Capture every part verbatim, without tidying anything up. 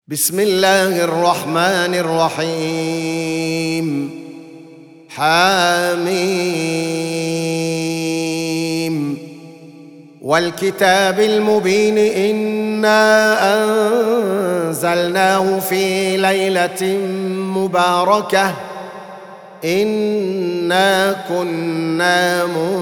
بسم الله الرحمن الرحيم. حاميم والكتاب المبين إنا أنزلناه في ليلة مباركة إنا كنا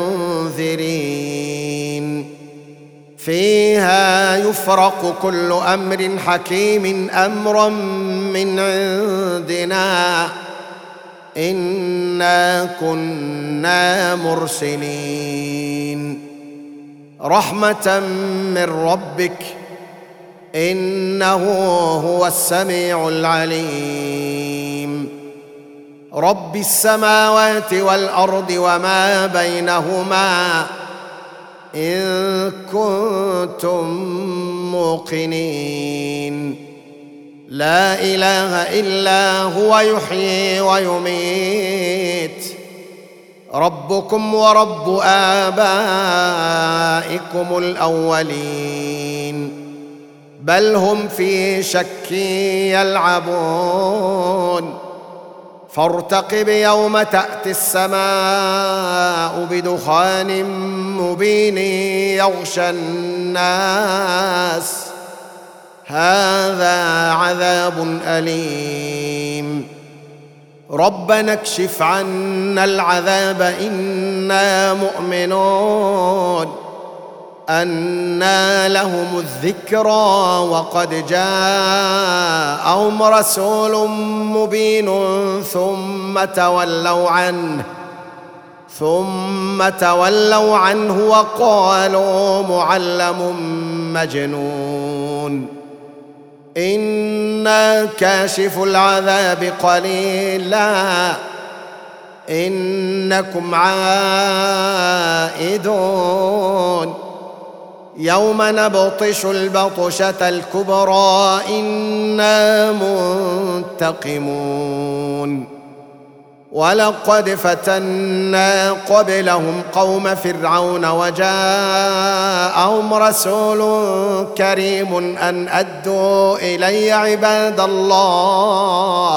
منذرين فيها يفرق كل أمر حكيم أمرا من عندنا إنا كنا مرسلين رحمة من ربك إنه هو السميع العليم رب السماوات والأرض وما بينهما إن كنتم موقنين لا إله إلا هو يحيي ويميت ربكم ورب آبائكم الأولين بل هم في شك يلعبون فارتقب يوم تأتي السماء بدخان مبين يغشى الناس هذا عذاب أليم ربنا اكشف عنا العذاب إنا مؤمنون أنى لهم الذكرى وقد جاءهم رسول مبين ثم تولوا عنه ثم تولوا عنه وقالوا معلم مجنون إنا كاشف العذاب قليلا إنكم عائدون يوم نبطش البطشة الكبرى إنا منتقمون ولقد فتنا قبلهم قوم فرعون وجاءهم رسول كريم أن أدوا إلي عباد الله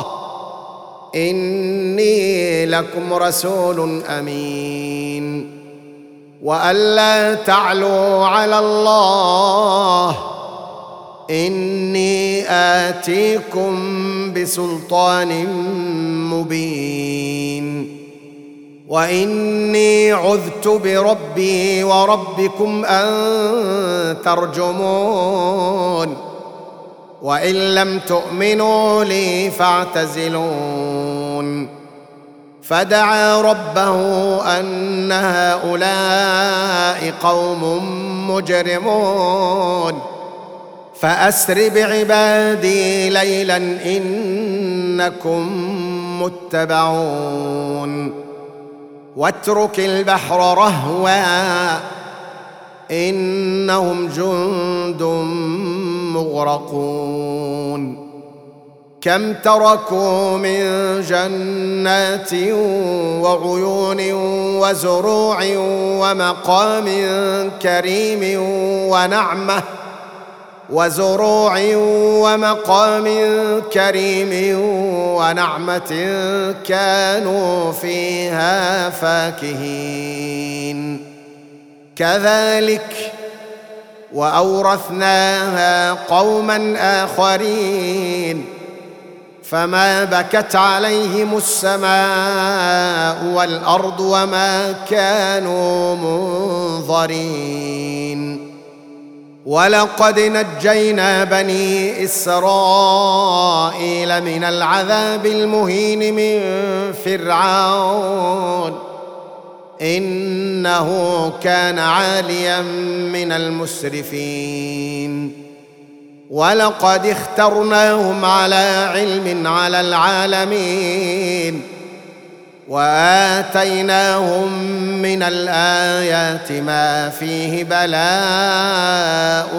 إني لكم رسول أمين وألا تعلوا على الله إني آتيكم بسلطان مبين وإني عذت بربي وربكم أن ترجمون وإن لم تؤمنوا لي فاعتزلون فدعا ربه أن هؤلاء قوم مجرمون فأسر بعبادي ليلا إنكم متبعون واترك البحر رهوا إنهم جند مغرقون كم تركوا من جنات وعيون وزروع ومقام كريم ونعمة وزروع ومقام كريم ونعمة كانوا فيها فاكهين كذلك وأورثناها قوما آخرين فما بكت عليهم السماء والأرض وما كانوا منظرين ولقد نجينا بني إسرائيل من العذاب المهين من فرعون إنه كان عاليا من المسرفين ولقد اخترناهم على علم على العالمين وآتيناهم من الآيات ما فيه بلاء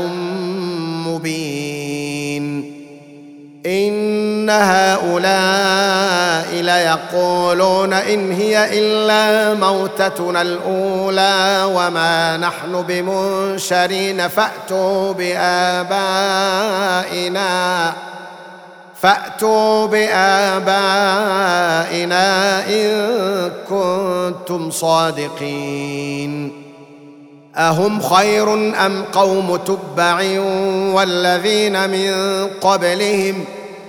مبين إن هؤلاء ليقولون إن هي إلا موتتنا الأولى وما نحن بمنشرين فأتوا بآبائنا فأتوا بآبائنا إن كنتم صادقين أهم خير أم قوم تبع والذين من قبلهم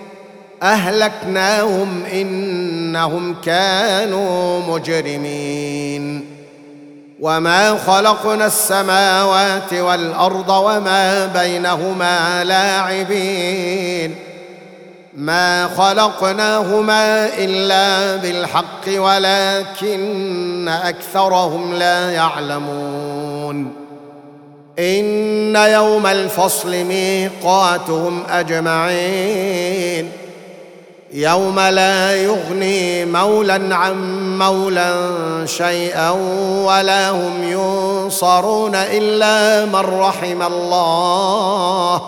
أهلكناهم إنهم كانوا مجرمين وما خلقنا السماوات والأرض وما بينهما لاعبين ما خلقناهما إلا بالحق ولكن أكثرهم لا يعلمون إن يوم الفصل ميقاتهم أجمعين يوم لا يغني مولى عن مولى شيئا ولا هم ينصرون إلا من رحم الله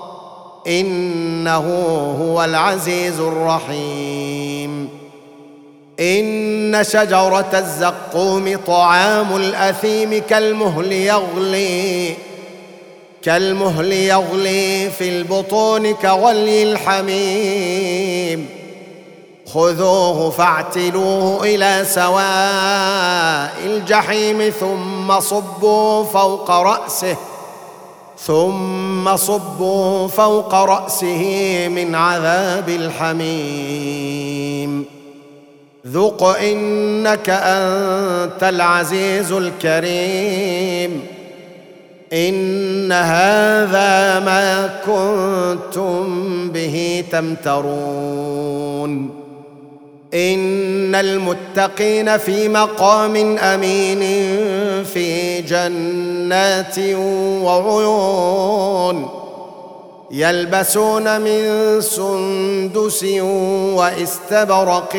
إنه هو العزيز الرحيم إن شجرة الزقوم طعام الأثيم كالمهل يغلي كالمهل يغلي في البطون كغلي الحميم خذوه فاعتلوه إلى سواء الجحيم ثم صبوا فوق رأسه ثم صبوا فوق رأسه من عذاب الحميم ذق إنك أنت العزيز الكريم إن هذا ما كنتم به تمترون إن المتقين في مقام أمين في جنات وعيون يلبسون من سندس واستبرق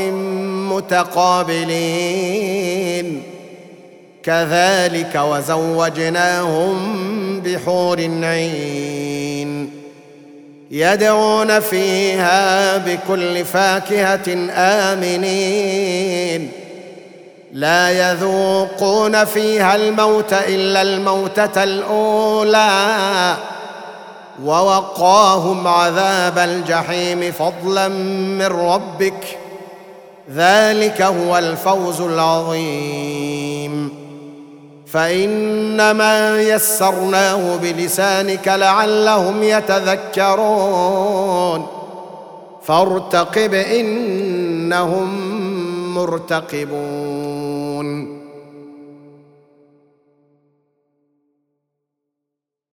متقابلين كذلك وزوجناهم بحور عين يدعون فيها بكل فاكهة آمنين لا يذوقون فيها الموت إلا الموتة الأولى ووقاهم عذاب الجحيم فضلا من ربك ذلك هو الفوز العظيم فإنما يسرناه بلسانك لعلهم يتذكرون فارتقب إنهم مرتقبون